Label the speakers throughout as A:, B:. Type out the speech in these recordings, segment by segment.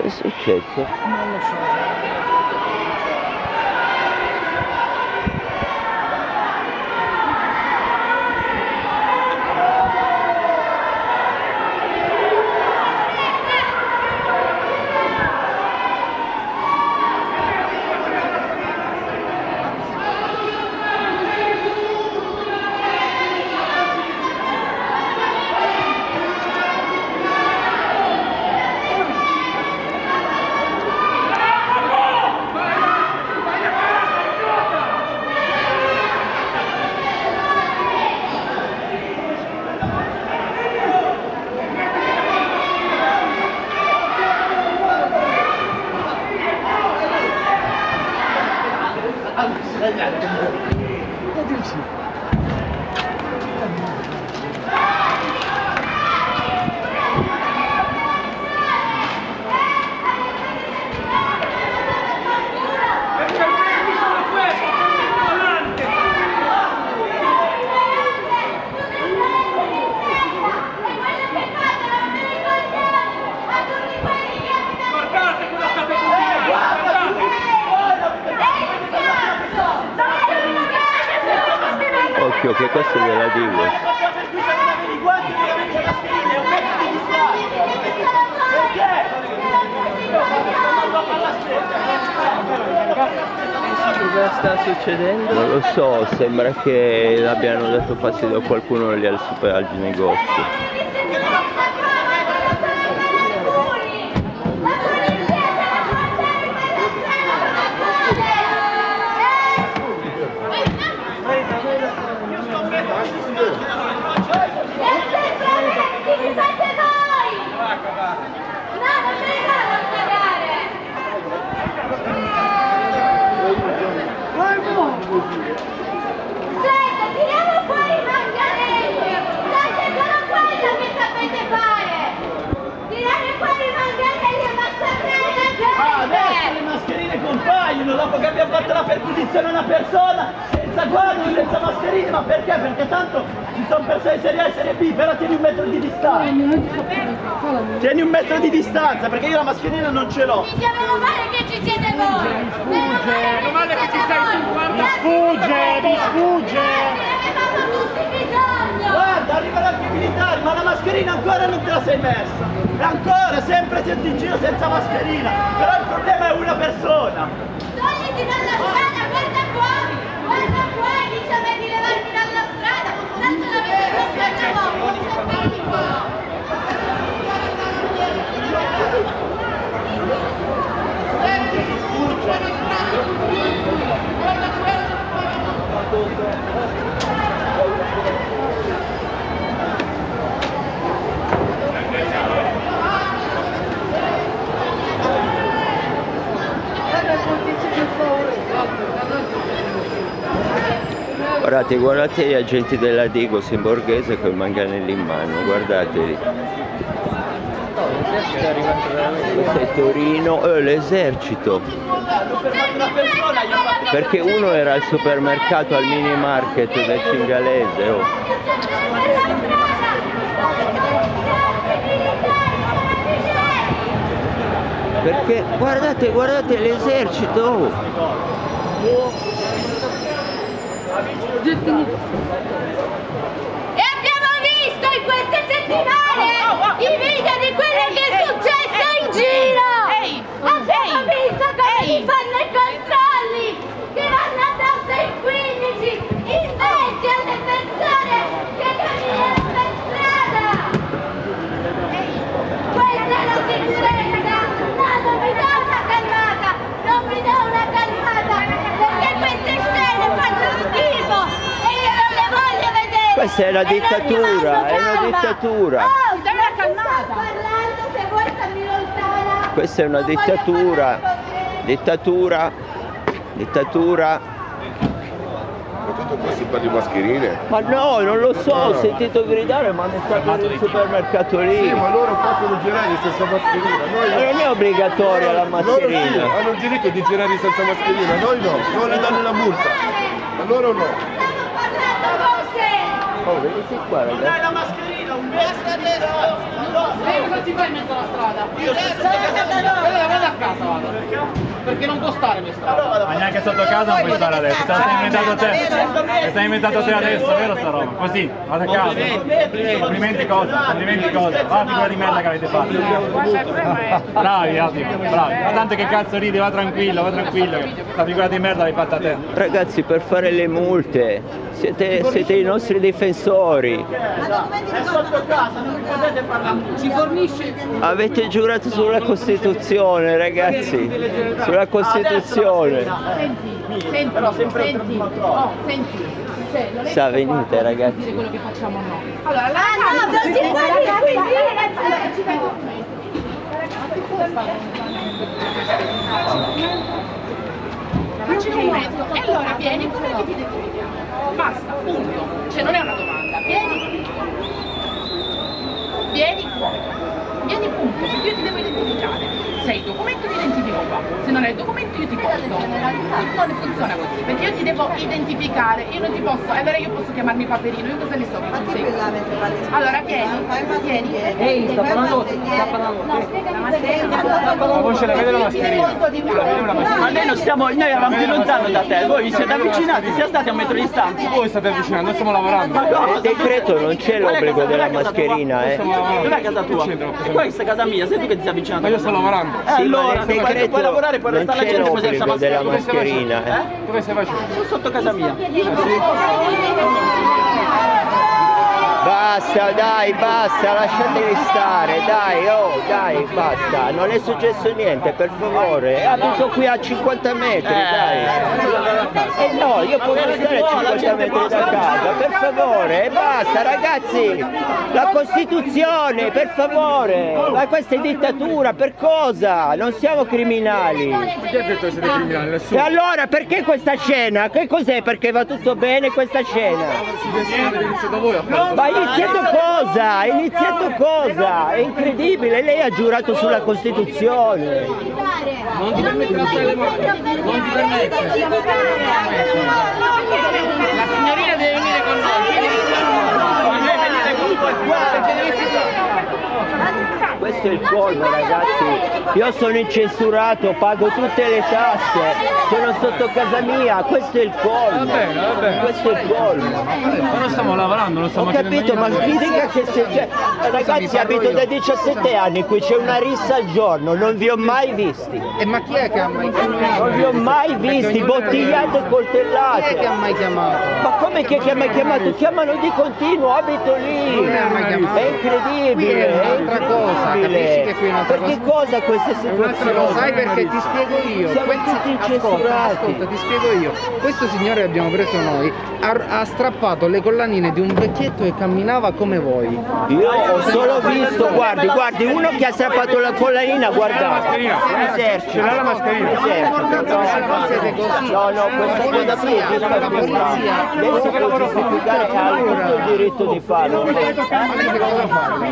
A: Che è successo?
B: Non lo so.
A: Occhio che questo è della Digos.
C: Cosa sta succedendo?
A: Non lo so, sembra che abbiano dato fastidio a qualcuno lì al negozio.
D: Dopo che abbiamo fatto la perquisizione a una persona senza guanti, senza mascherine, ma perché? Perché tanto ci sono persone serie A e serie B, però tieni 1 metro di distanza. Tieni 1 metro di distanza, perché io la mascherina non ce l'ho.
E: Meno male che ci siete voi! Meno male che ci sei tu!
B: Mi sfugge!
E: Avevamo tutti bisogno!
D: Guarda, arrivano anche i militari, ma la mascherina ancora non te la sei messa. E ancora, sempre siete in giro senza mascherina. Però il problema è una persona.
E: Togliti dalla strada, guarda qua, diciamo di levarti dalla strada, tanto l'avete fatto voi,
A: Guardate gli agenti della Digos in Borghese con i manganelli in mano, guardateli.
C: L'esercito è arrivato veramente.
A: Questo è Torino, l'esercito. Perché uno era al supermercato, al mini market del Cingalese. Oh. Perché guardate l'esercito. Oh.
E: E abbiamo visto in queste settimane i video di quello che è successo in giro! Abbiamo visto come si fanno i controlli! Che vanno addosso ai 15 invece alle persone che camminano per strada! Questa è la sicurezza! No, non vi do una calmata! Non vi do una calmata! Perché queste scene fanno schifo! E io non le voglio vedere!
A: Questa è la dittatura, è una dittatura.
E: Oh, dammi la calmata! Parlando, se vuoi stammi lontana!
A: Questa è una dittatura. Dittatura.
F: Soprattutto qua si parla di mascherine.
A: Ma no, non lo so, ho sentito gridare, ma mi sta per il supermercato lì.
F: Sì, ma loro possono girare senza mascherina. Noi
A: Ma non è obbligatoria la mascherina.
F: Loro sì, hanno il diritto di girare senza mascherina, noi no, non le danno la multa. Ma loro no.
E: Stiamo parlando con te!
A: Oh, vedete qua,
D: Non
A: ragazzi.
D: hai la mascherina!
G: Cosa ti fai in mezzo alla strada? Io vado a casa, vado. Perché non può stare questa roba.
H: Ma neanche sotto casa non puoi stare adesso, te la sei inventato te. Te sei inventato te adesso, vero sta roba? Così, vado a casa. Complimenti cosa? Complimenti cosa? Va figura di merda che avete fatto. Bravi, bravi. Ma tanto che cazzo ridi, va tranquillo, va tranquillo. La figura di merda l'hai fatta te.
A: Ragazzi, per fare le multe siete i nostri difensori.
D: È sotto casa, non potete parlare.
G: Ci fornisce.
A: Avete giurato sulla Costituzione, ragazzi. Sulla Costituzione.
G: Senti, cioè, non è
A: Sa, venite, ragazzi.
G: dire quello che facciamo noi. Allora,
E: No, non si può dire qui.
G: Facci un momento. E allora vieni come ti identifichiamo. Basta, punto. Cioè non è una domanda. Vieni punto, perché io ti devo identificare. Se hai il documento ti identifico qua, se non hai il documento io ti porto. Non funziona così, perché io ti devo identificare, io non ti posso, allora io posso chiamarmi Paperino, io cosa ne so che tu sei? Allora vieni.
C: Ehi, sta parlando.
H: Ma voi ce l'avete la mascherina?
D: Almeno noi eravamo più lontano da te, voi vi siete avvicinati, siete stati a un metro di distanza.
H: Voi state avvicinando, noi stiamo lavorando.
A: Nel decreto non c'è l'obbligo della mascherina,
D: Dov'è casa tua? E questa è casa mia, sei tu che ti sei avvicinato.
H: Ma io sto lavorando.
D: Allora,
A: nel decreto
D: puoi lavorare, puoi
A: non
D: restare la
A: c'è
D: gente senza
A: l'obbligo della
D: mascherina.
A: mascherina.
H: Dove stai facendo?
D: Sono sotto casa mia.
A: Basta, dai, basta, lasciateli stare, dai, basta, non è successo niente, per favore, abito qui a 50 metri, dai. No, io posso stare a 50 metri da casa, per favore, basta, ragazzi, la Costituzione, per favore, ma questa è dittatura, per cosa? Non siamo criminali.
H: Chi ha detto che siete criminali?
A: E
H: Nessuno.
A: allora, perché questa scena? Che cos'è? Perché va tutto bene questa scena?
H: Avete iniziato voi a fare.
A: Ma ha iniziato cosa? Ha iniziato cosa? È incredibile, lei ha giurato sulla Costituzione.
G: Non ti permettere di fare le mani, non ti permettere. La signorina deve venire con noi, deve venire con noi qua, perché deve
A: Questo è il colmo, ragazzi. Io sono incensurato, pago tutte le tasse, sono sotto casa mia, questo è il colmo.
H: Va bene.
A: Questo è il colmo.
H: Ma non stiamo lavorando, non stiamo
A: Ho capito, ma mi dica che se c'è. Ragazzi, abito da 17 anni qui, c'è una rissa al giorno, non vi ho mai visti.
C: E ma chi è che ha mai chiamato?
A: Non vi ho mai visti, bottigliate e coltellate.
C: Chi è che ha mai chiamato?
A: Ma come che ha mai chiamato? Chiamano di continuo, abito lì.
C: Non ha mai chiamato.
A: È incredibile.
C: Qui è un'altra cosa, capisci che qui è un'altra
A: Perché
C: cosa?
A: cosa questa situazione?
C: Lo sai perché ti spiego io.
A: Siamo tutti incensurati.
C: Ascolta, ti spiego io. Questo signore che abbiamo preso noi ha strappato le collanine di un vecchietto che camminava come voi.
A: Io ho solo visto, guardi, uno che ha strappato la collanina, guardate. L'esercito.
H: Ce l'ha la mascherina.
C: Siete così.
A: No, questa cosa qui è giusta
C: la polizia.
A: lei si può giustificare, ha tutto il diritto di farlo.
C: Ma lei che cosa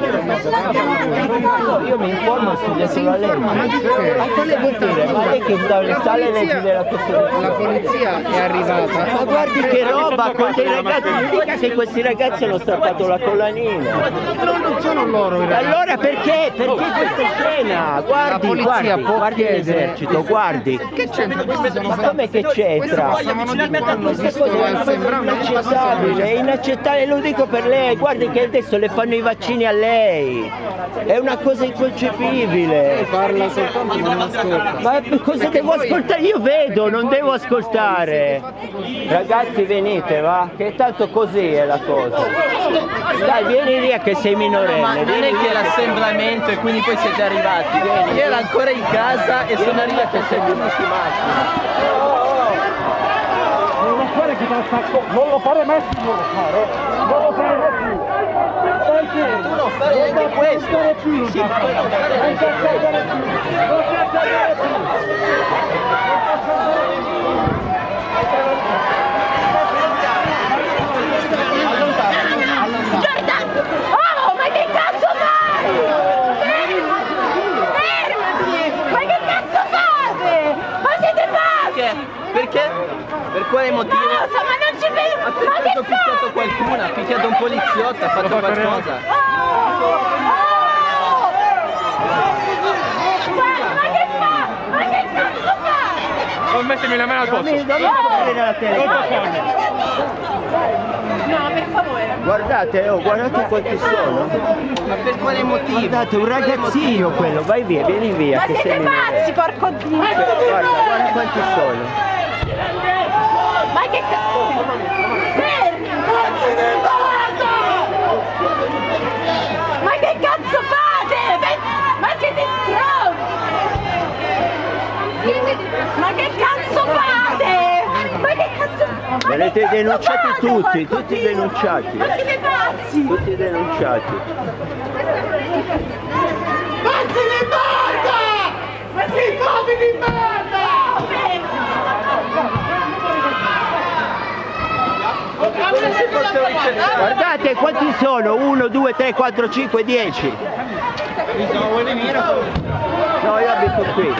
C: fa?
A: Io mi informo e studio sulla legge. Ma quale vuol dire? Ma lei che sta alle leggi della Costituzione?
C: La polizia è arrivata.
A: Ma guardi che roba con dei ragazzi, mi dica che questi ragazzi hanno strappato la collanina.
C: Non sono loro i ragazzi.
A: Allora perché? Perché questa scena? Guardi, guardi l'esercito, guardi.
C: Che c'entra? Questi sono
A: Ma come che c'entra?
C: Passavano di qua, hanno
A: Questa
C: visto
A: cosa
C: al sembrano
A: è inaccettabile, è inaccettabile, lo dico per lei, guardi che adesso le fanno i vaccini a lei. È una cosa inconcepibile.
C: Parla soltanto ma non ascolta.
A: Ma cosa devo ascoltare? Io vedo, non devo ascoltare. Ragazzi venite, va? Che tanto così è la cosa. Dai, vieni via che sei minorenne.
D: Ma non è che l'assemblamento e quindi poi siete arrivati. Io ero ancora in casa e sono arrivato a seguire questi macchine.
B: Non lo fare mai più, non lo fare. Non lo fare mai più.
D: Tu non fai neanche questo. Sì, ma poi non fare neanche
E: Giordano! Oh, ma che cazzo fai? Fermati! Ma che cazzo fate? Ma siete pazzi!
D: Perché? Per quale motivo?
E: Ma non ci vedo!
D: Ha picchiato qualcuno, ha picchiato un poliziotto, ha fatto qualcosa.
E: Ma che cazzo fa?
H: Non mettermi la mano al posto.
A: Non mi coprire la telecamera.
G: No, per favore.
A: Guardate, oh, guardate quanti sono.
D: Ma per quale motivo?
A: Guardate, un ragazzino quello, vai via, vieni via.
E: Ma
A: che
E: siete
A: sei
E: pazzi, porco Dio!
A: Guarda quanti sono.
E: Ma che cazzo? Fermi! Ma che cazzo fate? Ma siete stronzi! Ma che cazzo fate? Ma che cazzo?
A: Venite denunciati tutti, tutti denunciati.
E: Ma siete pazzi!
A: Tutti denunciati.
E: Pazzi di merda! Ma sei copi di merda!
A: Guardate quanti sono, 1, 2, 3, 4, 5, 10. No, io abito qui.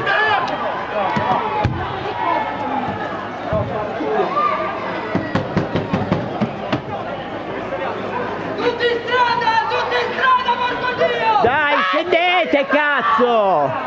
E: Tutti in strada, porco Dio!
A: Dai, scendete, cazzo!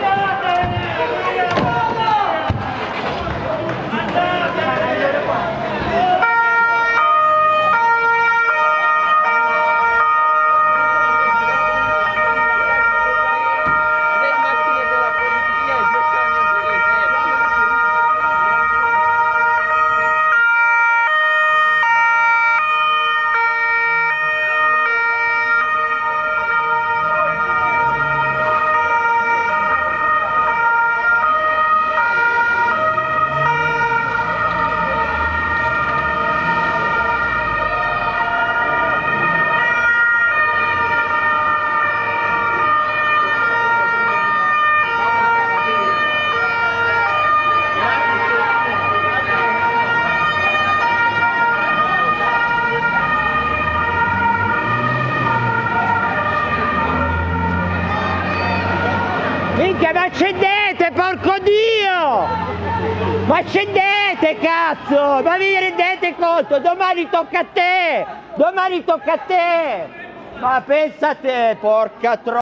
A: Minchia, ma scendete, porco Dio! Ma scendete, cazzo! Ma vi rendete conto? Domani tocca a te! Domani tocca a te! Ma pensa a te, porca troia!